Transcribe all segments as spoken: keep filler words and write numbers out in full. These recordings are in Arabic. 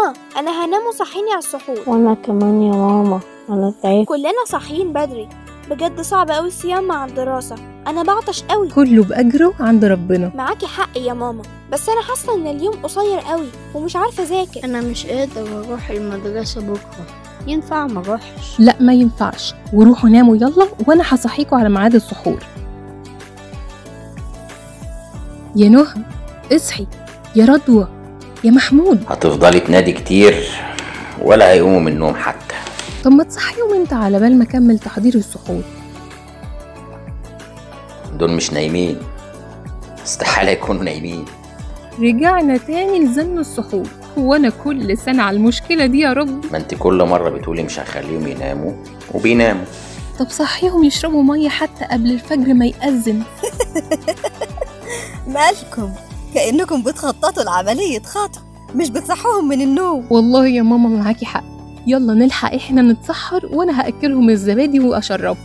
ماما انا هنام وصحيني على السحور. وانا كمان يا ماما، انا تعبت. كلنا صاحيين بدري، بجد صعب قوي الصيام مع الدراسة، انا بعطش قوي. كله بأجره عند ربنا. معاكي حق يا ماما، بس انا حاسة ان اليوم قصير قوي ومش عارفة اذاكر. انا مش قادر اروح المدرسة بكرة، ينفع ما اروحش؟ لا ما ينفعش، وروحوا ناموا يلا وانا هصحيكوا على ميعاد السحور. يا نهى اصحي، يا رضوى، يا محمود. هتفضلي تنادي كتير ولا هيقوموا من النوم حتى. طب ما تصحيهم انت على بال ما اكمل تحضير السحور. دول مش نايمين، استحالة يكونوا نايمين. رجعنا تاني لزن السحور، وانا كل سنة على المشكلة دي يا رب. ما انت كل مرة بتقولي مش هخليهم يناموا وبيناموا. طب صحيهم يشربوا مية حتى قبل الفجر ما يأذن. مالكم؟ كأنكم بتخططوا العملية خطأ، مش بتصحوهم من النوم. والله يا ماما معاكي حق، يلا نلحق احنا نتسحر وانا هأكلهم الزبادي واشربه.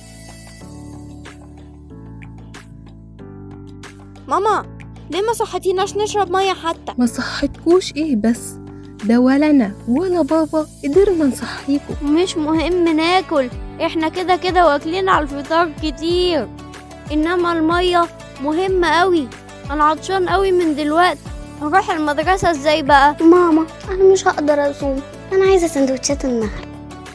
ماما ليه ما صحتيناش نشرب مية حتى؟ ما صحتكوش ايه بس، ده ولا انا ولا بابا قدرنا نصحيكم. مش مهم ناكل، احنا كده كده واكلين على الفطار كتير، انما المية مهمة قوي. انا عطشان قوي من دلوقتي، هروح المدرسة ازاي بقى؟ ماما انا مش هقدر اصوم، انا عايزة سندوتشات النهر.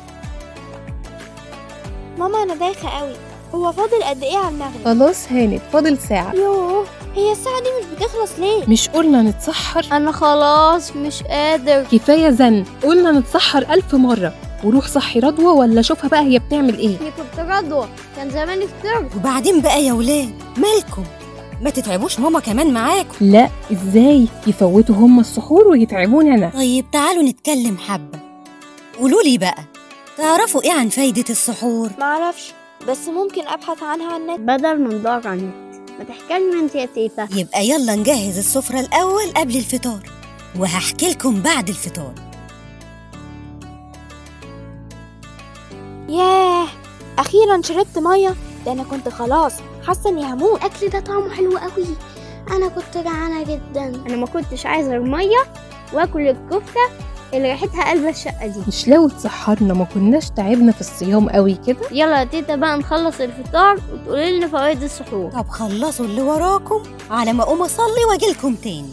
ماما انا دايخة قوي، هو فاضل قد ايه على المغرب؟ خلاص هانت، فاضل ساعة. يوه هي الساعة دي مش بتخلص ليه؟ مش قلنا نتسحر؟ انا خلاص مش قادر. كفاية زن، قلنا نتسحر ألف مرة. وروح صحي رضوى ولا شوفها بقى هي بتعمل ايه. يا كنت رضوى كان زماني فطرت. وبعدين بقى يا ولاد مالكم؟ ما تتعبوش ماما كمان معاكم. لا ازاي يفوتوا هم السحور ويتعبوني انا؟ طيب تعالوا نتكلم حبة، قولولي بقى تعرفوا ايه عن فايدة السحور؟ معرفش، بس ممكن ابحث عنها على النت. بدل ما ندور على النت ما تحكي لنا انت يا تيتا. يبقى يلا نجهز السفرة الأول قبل الفطار، وهحكي لكم بعد الفطار. ياه اخيرا شربت مية، ده انا كنت خلاص حاسة اني هموت. الاكل ده طعمه حلو قوي، انا كنت جعانة جدا. انا ما كنتش عايزة المية واكل الكفتة اللي ريحتها قلب الشقة دي. مش لو اتسحرنا ما كناش تعبنا في الصيام قوي كده؟ يلا يا تيتا بقى نخلص الفطار وتقولي لنا فوائد السحور. طب خلصوا اللي وراكم على ما اقوم اصلي واجيلكم تاني.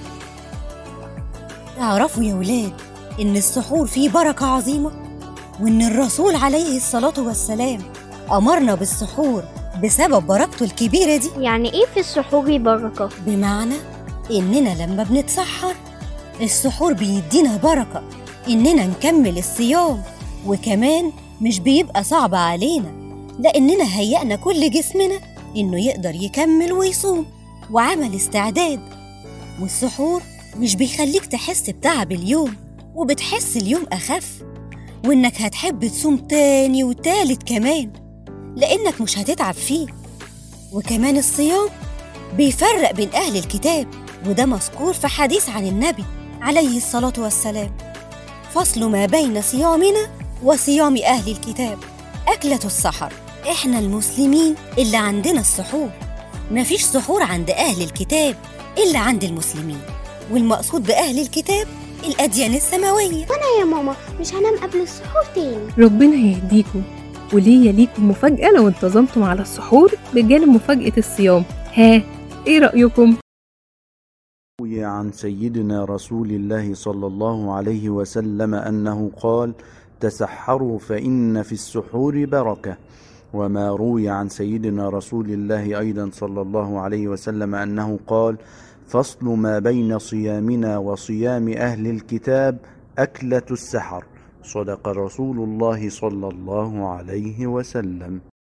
تعرفوا يا ولاد ان السحور فيه بركة عظيمة، وان الرسول عليه الصلاة والسلام امرنا بالسحور بسبب بركته الكبيرة دي. يعني ايه في السحور بركة؟ بمعنى اننا لما بنتسحر السحور بيدينا بركة اننا نكمل الصيام، وكمان مش بيبقى صعب علينا لاننا هيئنا كل جسمنا انه يقدر يكمل ويصوم وعمل استعداد. والسحور مش بيخليك تحس بتعب اليوم، وبتحس اليوم اخف، وانك هتحب تصوم تاني وتالت كمان لانك مش هتتعب فيه. وكمان الصيام بيفرق بين اهل الكتاب، وده مذكور في حديث عن النبي عليه الصلاة والسلام: فصل ما بين صيامنا وصيام أهل الكتاب أكلة السحر. إحنا المسلمين اللي عندنا السحور، مفيش سحور عند أهل الكتاب إلا عند المسلمين، والمقصود بأهل الكتاب الأديان السماوية. وانا يا ماما مش هنام قبل السحور تاني. ربنا يهديكم، وليا ليكم مفاجأة لو انتظمتم على السحور بجانب مفاجأة الصيام. ها ايه رأيكم؟ روي عن سيدنا رسول الله صلى الله عليه وسلم أنه قال: تسحروا فإن في السحور بركة. وما روي عن سيدنا رسول الله أيضا صلى الله عليه وسلم أنه قال: فصل ما بين صيامنا وصيام أهل الكتاب أكلة السحر. صدق رسول الله صلى الله عليه وسلم.